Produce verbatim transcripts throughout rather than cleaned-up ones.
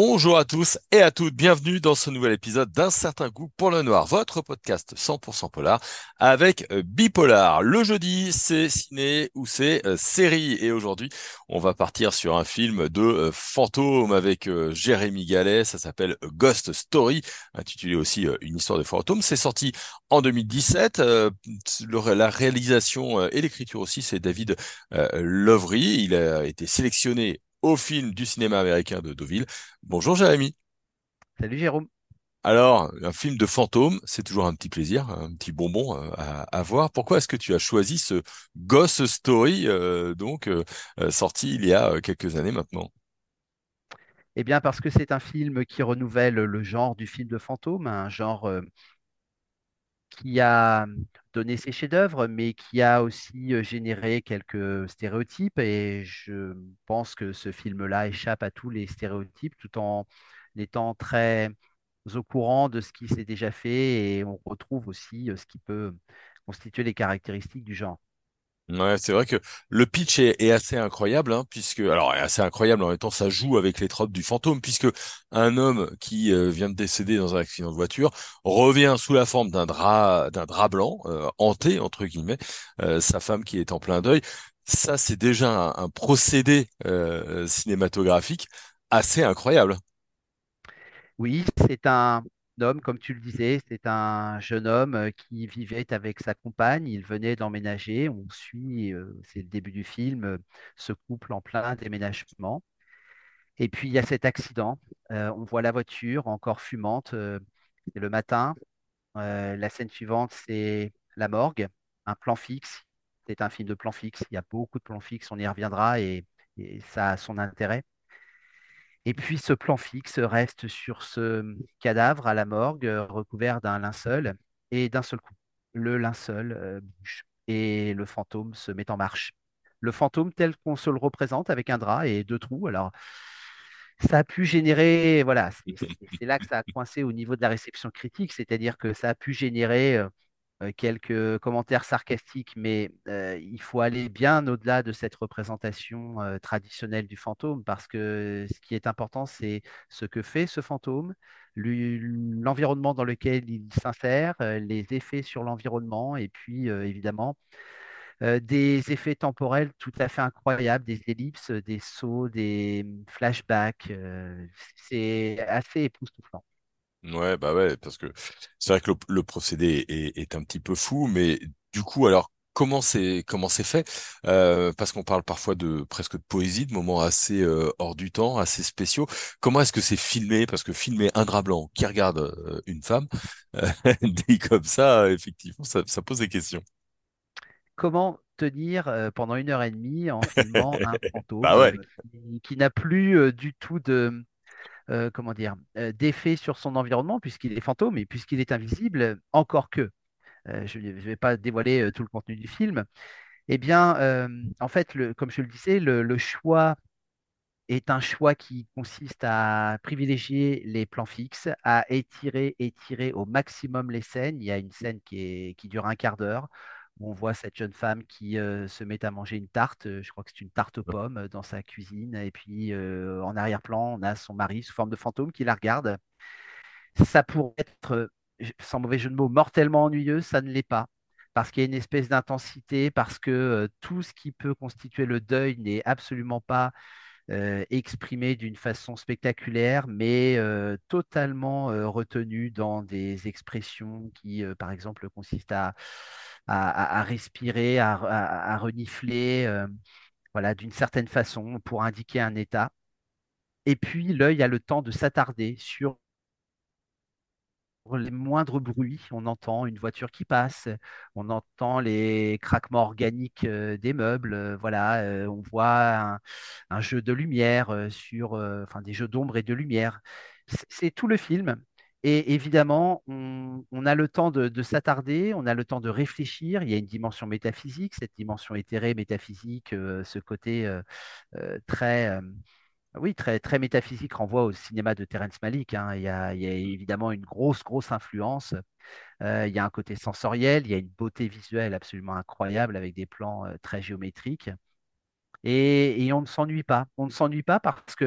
Bonjour à tous et à toutes, bienvenue dans ce nouvel épisode d'Un certain goût pour le noir, votre podcast cent pour cent polar avec euh, Bipolar. Le jeudi, c'est ciné ou c'est euh, série et aujourd'hui, on va partir sur un film de euh, fantômes avec euh, Jérémy Gallet, ça s'appelle Ghost Story, intitulé aussi euh, Une histoire de fantômes. C'est sorti en deux mille dix-sept, euh, le- la réalisation euh, et l'écriture aussi, c'est David euh, Lowery. Il a été sélectionné au film du cinéma américain de Deauville. Bonjour Jérémy. Salut Jérôme. Alors, un film de fantôme, c'est toujours un petit plaisir, un petit bonbon euh, à, à voir. Pourquoi est-ce que tu as choisi ce Ghost Story, euh, donc euh, euh, sorti il y a euh, quelques années maintenant? Eh bien, parce que c'est un film qui renouvelle le genre du film de fantôme, un genre euh, qui a donné ses chefs-d'œuvre, mais qui a aussi euh, généré quelques stéréotypes. Et je pense que ce film-là échappe à tous les stéréotypes, tout en étant très au courant de ce qui s'est déjà fait. Et on retrouve aussi euh, ce qui peut constituer les caractéristiques du genre. Ouais, c'est vrai que le pitch est, est assez incroyable, hein, puisque alors est assez incroyable en même temps, ça joue avec les tropes du fantôme, puisque un homme qui euh, vient de décéder dans un accident de voiture revient sous la forme d'un drap, d'un drap blanc euh, hanté entre guillemets, euh, sa femme qui est en plein deuil. Ça, c'est déjà un, un procédé euh, cinématographique assez incroyable. Oui, c'est un homme, comme tu le disais, c'est un jeune homme euh, qui vivait avec sa compagne. Il venait d'emménager. On suit, euh, c'est le début du film, euh, ce couple en plein déménagement. Et puis il y a cet accident. Euh, on voit la voiture encore fumante. Euh, c'est le matin. Euh, la scène suivante, c'est la morgue, un plan fixe. C'est un film de plan fixe. Il y a beaucoup de plans fixes. On y reviendra et, et ça a son intérêt. Et puis ce plan fixe reste sur ce cadavre à la morgue, euh, recouvert d'un linceul, et d'un seul coup, le linceul euh, bouge et le fantôme se met en marche. Le fantôme tel qu'on se le représente avec un drap et deux trous. Alors, ça a pu générer, voilà, c'est c'est- c'est là que ça a coincé au niveau de la réception critique, c'est-à-dire que ça a pu générer euh, euh, quelques commentaires sarcastiques, mais euh, il faut aller bien au-delà de cette représentation euh, traditionnelle du fantôme, parce que ce qui est important, c'est ce que fait ce fantôme, lui- l'environnement dans lequel il s'insère, euh, les effets sur l'environnement, et puis euh, évidemment euh, des effets temporels tout à fait incroyables, des ellipses, des sauts, des flashbacks. Euh, c'est assez époustouflant. Ouais, bah ouais, parce que c'est vrai que le, le procédé est, est un petit peu fou, mais du coup, alors comment c'est comment c'est fait? Euh, parce qu'on parle parfois de presque de poésie, de moments assez euh, hors du temps, assez spéciaux. Comment est-ce que c'est filmé? Parce que filmer un drap blanc qui regarde euh, une femme, euh, dit comme ça, effectivement, ça, ça pose des questions. Comment tenir euh, pendant une heure et demie en filmant un Bah fantôme ouais. euh, qui, qui n'a plus euh, du tout de euh, comment dire euh, d'effet sur son environnement puisqu'il est fantôme et puisqu'il est invisible, encore que euh, je ne vais pas dévoiler euh, tout le contenu du film. Eh bien, euh, en fait, le- comme je le disais, le, le choix est un choix qui consiste à privilégier les plans fixes, à étirer, étirer au maximum les scènes. Il y a une scène qui est, qui dure un quart d'heure, où on voit cette jeune femme qui euh, se met à manger une tarte, euh, je crois que c'est une tarte aux pommes, euh, dans sa cuisine. Et puis euh, en arrière-plan, on a son mari sous forme de fantôme qui la regarde. Ça pourrait être, euh, sans mauvais jeu de mots, mortellement ennuyeux, ça ne l'est pas. Parce qu'il y a une espèce d'intensité, parce que euh, tout ce qui peut constituer le deuil n'est absolument pas euh, exprimé d'une façon spectaculaire, mais euh, totalement euh, retenu dans des expressions qui, euh, par exemple, consistent à, à- à- à respirer, à, à- à renifler, euh, voilà, d'une certaine façon pour indiquer un état. Et puis, l'œil a le temps de s'attarder sur les moindres bruits. On entend une voiture qui passe, on entend les craquements organiques euh, des meubles, euh, voilà, euh, on voit un, un jeu de lumière euh, sur, euh, enfin des jeux d'ombre et de lumière. C'est c'est tout le film. Et évidemment, on, on a le temps de, de s'attarder, on a le temps de réfléchir. Il y a une dimension métaphysique, cette dimension éthérée, métaphysique, euh, ce côté euh, euh, très, euh, oui, très, très métaphysique renvoie au cinéma de Terrence Malick, hein. Il y a, il y a évidemment une grosse, grosse influence. Euh, il y a un côté sensoriel, il y a une beauté visuelle absolument incroyable avec des plans euh, très géométriques. Et, et on ne s'ennuie pas. On ne s'ennuie pas parce que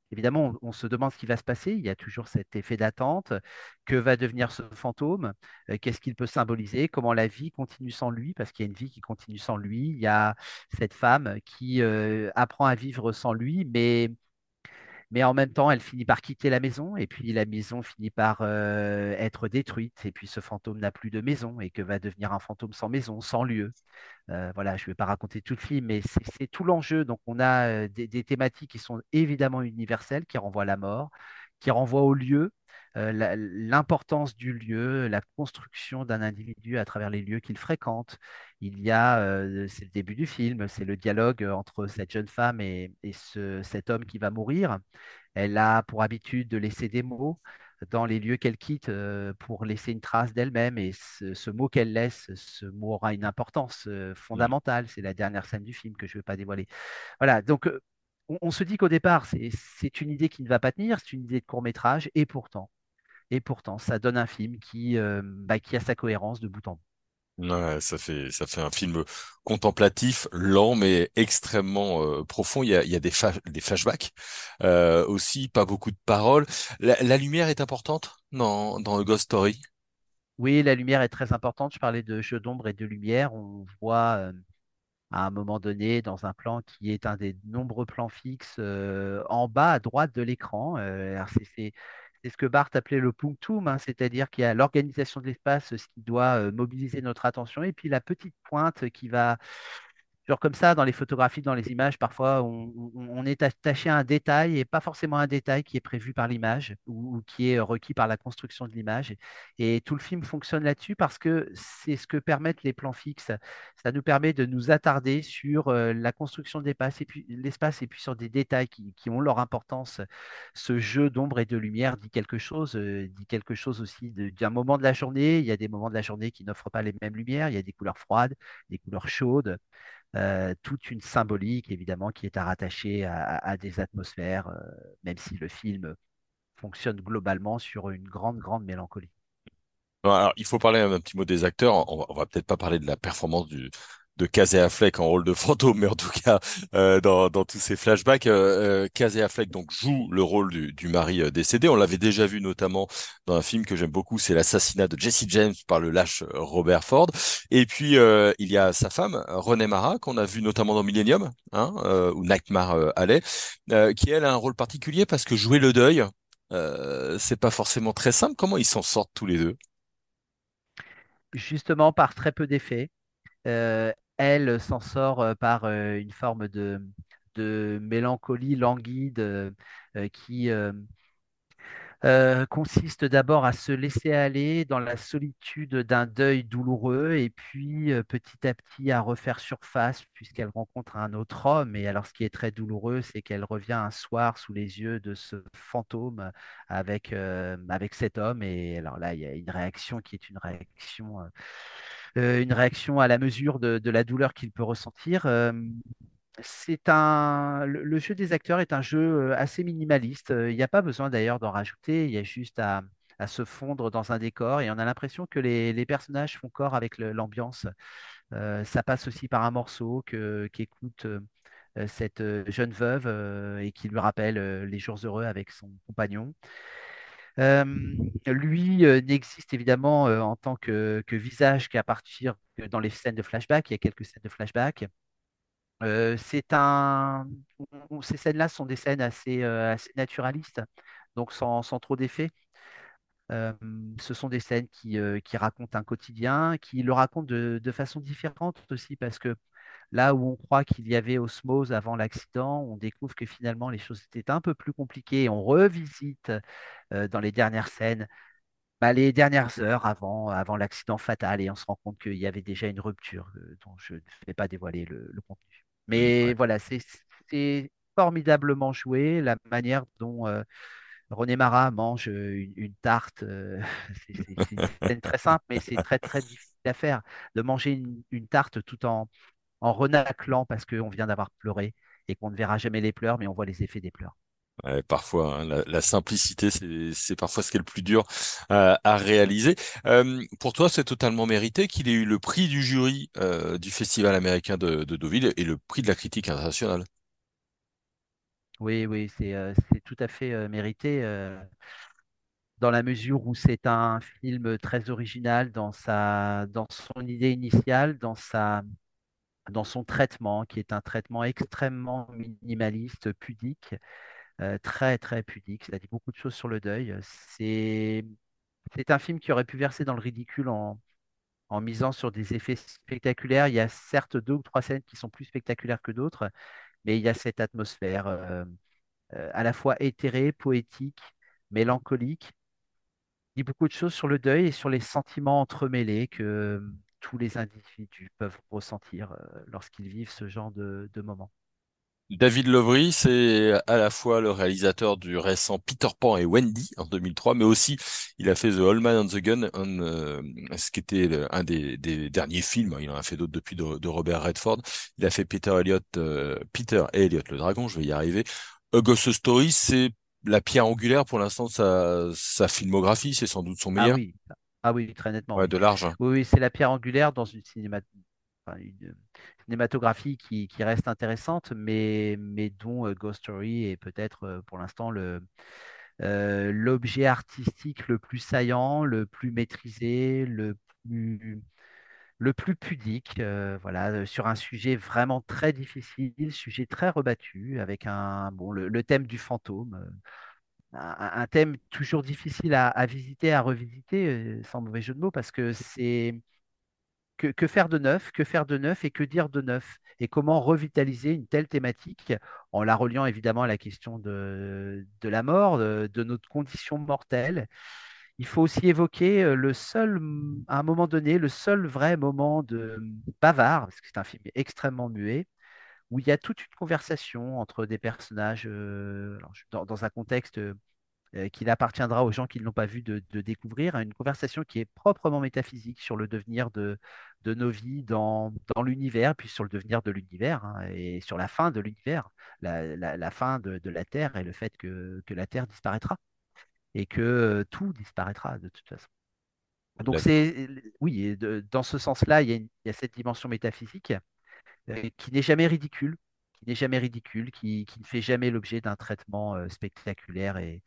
évidemment, on, on se demande ce qui va se passer. Il y a toujours cet effet d'attente. Que va devenir ce fantôme? Euh, Qu'est-ce qu'il peut symboliser? Comment la vie continue sans lui? Parce qu'il y a une vie qui continue sans lui. Il y a cette femme qui euh, apprend à vivre sans lui, mais mais en même temps, elle finit par quitter la maison, et puis la maison finit par euh, être détruite, et puis ce fantôme n'a plus de maison, et que va devenir un fantôme sans maison, sans lieu. Euh, voilà, je ne vais pas raconter tout le film, mais c'est c'est tout l'enjeu. Donc on a euh, des, des thématiques qui sont évidemment universelles, qui renvoient à la mort, qui renvoient au lieu, euh, la- l'importance du lieu, la construction d'un individu à travers les lieux qu'il fréquente. Il y a, euh, c'est le début du film, c'est le dialogue entre cette jeune femme et, et ce- cet homme qui va mourir. Elle a pour habitude de laisser des mots dans les lieux qu'elle quitte euh, pour laisser une trace d'elle-même. Et ce, ce mot qu'elle laisse, ce mot aura une importance euh, Mm. fondamentale. C'est la dernière scène du film que je ne veux pas dévoiler. Voilà, donc euh, on, on se dit qu'au départ, c'est c'est une idée qui ne va pas tenir, c'est une idée de court-métrage, et pourtant, et pourtant, ça donne un film qui, euh, bah, qui a sa cohérence de bout en bout. Ouais, ça fait ça fait un film contemplatif, lent mais extrêmement euh, profond. Il y a il y a des fa- des flashbacks euh, aussi, pas beaucoup de paroles. La, la lumière est importante dans dans A Ghost Story. Oui, la lumière est très importante. Je parlais de jeu d'ombre et de lumière. On voit euh, à un moment donné, dans un plan qui est un des nombreux plans fixes euh, en bas à droite de l'écran. Euh, alors c'est c'est- c'est ce que Barthes appelait le punctum, hein, c'est-à-dire qu'il y a l'organisation de l'espace, ce qui doit euh, mobiliser notre attention, et puis la petite pointe qui va genre comme ça, dans les photographies, dans les images, parfois, on, on- on est attaché à un détail et pas forcément un détail qui est prévu par l'image ou, ou qui est requis par la construction de l'image. Et tout le film fonctionne là-dessus parce que c'est ce que permettent les plans fixes. Ça nous permet de nous attarder sur euh, la construction de l'espace et puis, l'espace et puis sur des détails qui, qui ont leur importance. Ce jeu d'ombre et de lumière dit quelque chose, euh, dit quelque chose aussi de- d'un moment de la journée. Il y a des moments de la journée qui n'offrent pas les mêmes lumières. Il y a des couleurs froides, des couleurs chaudes, euh, toute une symbolique évidemment qui est à rattacher à, à- à des atmosphères, euh, même si le film fonctionne globalement sur une grande, grande mélancolie. Bon, alors, il faut parler un petit mot des acteurs. On va, on va peut-être pas parler de la performance du, de Casey Affleck en rôle de fantôme, mais en tout cas, euh, dans, dans tous ces flashbacks, euh, euh, Casey Affleck donc joue le rôle du, du mari euh, décédé. On l'avait déjà vu notamment dans un film que j'aime beaucoup, c'est l'assassinat de Jesse James par le lâche euh, Robert Ford. Et puis euh, il y a sa femme Renée Mara qu'on a vu notamment dans Millennium, hein, euh, ou Nightmare euh, Alley, euh, qui elle a un rôle particulier parce que jouer le deuil, euh, c'est pas forcément très simple. Comment ils s'en sortent tous les deux? Justement par très peu d'effets. Euh, Elle s'en sort euh, par euh, une forme de, de mélancolie languide euh, euh, qui, euh, euh, consiste d'abord à se laisser aller dans la solitude d'un deuil douloureux et puis euh, petit à petit à refaire surface puisqu'elle rencontre un autre homme. Et alors ce qui est très douloureux, c'est qu'elle revient un soir sous les yeux de ce fantôme avec, euh, avec cet homme. Et alors là, il y a une réaction qui est une réaction, euh, euh, une réaction à la mesure de, de la douleur qu'il peut ressentir. Euh, c'est un... Le, le jeu des acteurs est un jeu euh, assez minimaliste. Euh, Il n'y a pas besoin d'ailleurs d'en rajouter. Il y a juste à, à se fondre dans un décor et on a l'impression que les, les personnages font corps avec le- l'ambiance. Euh, ça passe aussi par un morceau que, qu'écoute euh, euh, cette euh, jeune veuve euh, et qui lui rappelle euh, les jours heureux avec son compagnon. Euh, Lui euh, n'existe évidemment euh, en tant que, que visage qu'à partir que dans les scènes de flashback. Il y a quelques scènes de flashback. Euh, c'est un... on- Ces scènes-là sont des scènes assez, euh, assez naturalistes, donc sans, sans trop d'effets. Euh, Ce sont des scènes qui, euh, qui racontent un quotidien, qui le racontent de, de façon différente aussi, parce que là où on croit qu'il y avait osmose avant l'accident, on découvre que finalement les choses étaient un peu plus compliquées. Et on revisite euh, dans les dernières scènes bah, les dernières heures avant, avant l'accident fatal et on se rend compte qu'il y avait déjà une rupture euh, dont je ne vais pas dévoiler le, le contenu. Hmm, Mais ouais. voilà, c'est c'est formidablement joué, la manière dont euh, René Mara mange euh, une, une tarte. Euh, c'est c'est- c'est une scène très simple, mais c'est très très difficile à faire, de manger une, une tarte tout en, en renâclant parce qu'on vient d'avoir pleuré et qu'on ne verra jamais les pleurs, mais on voit les effets des pleurs. Ouais, parfois, hein, la, la simplicité, c'est, c'est parfois ce qui est le plus dur euh, à réaliser. Euh, pour toi, c'est totalement mérité qu'il ait eu le prix du jury euh, du Festival américain de, de Deauville et le prix de la critique internationale. Oui, oui, c'est euh, c'est tout à fait euh, mérité euh, dans la mesure où c'est un film très original dans sa, dans son idée initiale, dans sa, dans son traitement, qui est un traitement extrêmement minimaliste, pudique, euh, très très pudique. Ça dit beaucoup de choses sur le deuil. C'est c'est un film qui aurait pu verser dans le ridicule en, en misant sur des effets spectaculaires. Il y a certes deux ou trois scènes qui sont plus spectaculaires que d'autres, mais il y a cette atmosphère euh, euh, à la fois éthérée, poétique, mélancolique, dit beaucoup de choses sur le deuil et sur les sentiments entremêlés que euh, tous les individus peuvent ressentir euh, lorsqu'ils vivent ce genre de, de moments. David Lowery, c'est à la fois le réalisateur du récent Peter Pan et Wendy en deux mille trois, mais aussi il a fait The Old Man and the Gun, un, euh, ce qui était le- un des, des derniers films. Il en a fait d'autres depuis de, de Robert Redford. Il a fait Peter Elliot, euh, Peter et Elliot le Dragon. Je vais y arriver. A Ghost Story, c'est la pierre angulaire pour l'instant de sa, sa filmographie. C'est sans doute son Ah meilleur. oui, ah oui, très nettement, Ouais, oui. de large, hein. Oui, oui, c'est la pierre angulaire dans une cinéma- enfin, une cinématographie qui, qui reste intéressante, mais, mais dont euh, Ghost Story est peut-être euh, pour l'instant le, euh, l'objet artistique le plus saillant, le plus maîtrisé, le plus, le plus pudique, euh, voilà, euh, sur un sujet vraiment très difficile, sujet très rebattu, avec un, bon, le, le thème du fantôme, euh, un, un thème toujours difficile à, à visiter, à revisiter, euh, sans mauvais jeu de mots, parce que c'est que, que faire de neuf, que faire de neuf et que dire de neuf, et comment revitaliser une telle thématique en la reliant évidemment à la question de, de la mort, de, de notre condition mortelle. Il faut aussi évoquer euh, le seul, à un moment donné, le seul vrai moment de bavard, parce que c'est un film extrêmement muet, où il y a toute une conversation entre des personnages, euh, alors, je- dans, dans un contexte euh, qu'il appartiendra aux gens qui ne l'ont pas vu de, de découvrir, hein, une conversation qui est proprement métaphysique sur le devenir de, de nos vies dans, dans l'univers, puis sur le devenir de l'univers, hein, et sur la fin de l'univers, la, la- la fin de, de la Terre et le fait que, que la Terre disparaîtra et que euh, tout disparaîtra de toute façon. Donc D'accord. c'est oui, et de- dans ce sens-là, il y a, une- il y a cette dimension métaphysique euh, qui n'est jamais ridicule, qui n'est jamais ridicule, qui, qui ne fait jamais l'objet d'un traitement euh, spectaculaire et,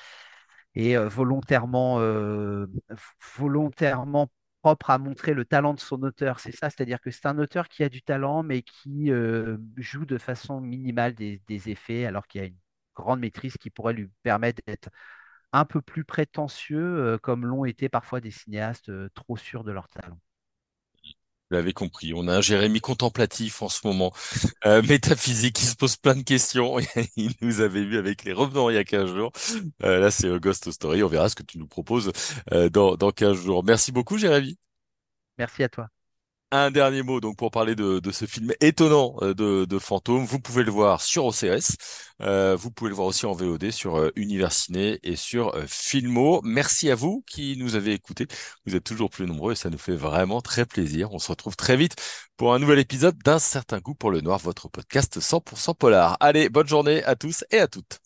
et euh, volontairement, euh, volontairement propre à montrer le talent de son auteur. C'est ça, c'est-à-dire que c'est un auteur qui a du talent, mais qui euh, joue de façon minimale des, des effets, alors qu'il y a une grande maîtrise qui pourrait lui permettre d'être un peu plus prétentieux, euh, comme l'ont été parfois des cinéastes euh, trop sûrs de leur talent. Vous l'avez compris, on a un Jérémy contemplatif en ce moment, euh, métaphysique, qui se pose plein de questions. Il nous avait vu avec les Revenants il y a quinze jours. Euh, là, c'est euh, Ghost Story. On verra ce que tu nous proposes euh, dans, dans quinze jours. Merci beaucoup, Jérémy. Merci à toi. Un dernier mot donc pour parler de, de ce film étonnant euh, de, de fantômes. Vous pouvez le voir sur O C S. Euh, vous pouvez le voir aussi en V O D sur euh, Univers Ciné et sur euh, Filmo. Merci à vous qui nous avez écoutés. Vous êtes toujours plus nombreux et ça nous fait vraiment très plaisir. On se retrouve très vite pour un nouvel épisode d'Un certain goût pour le noir, votre podcast cent pour cent polar. Allez, bonne journée à tous et à toutes.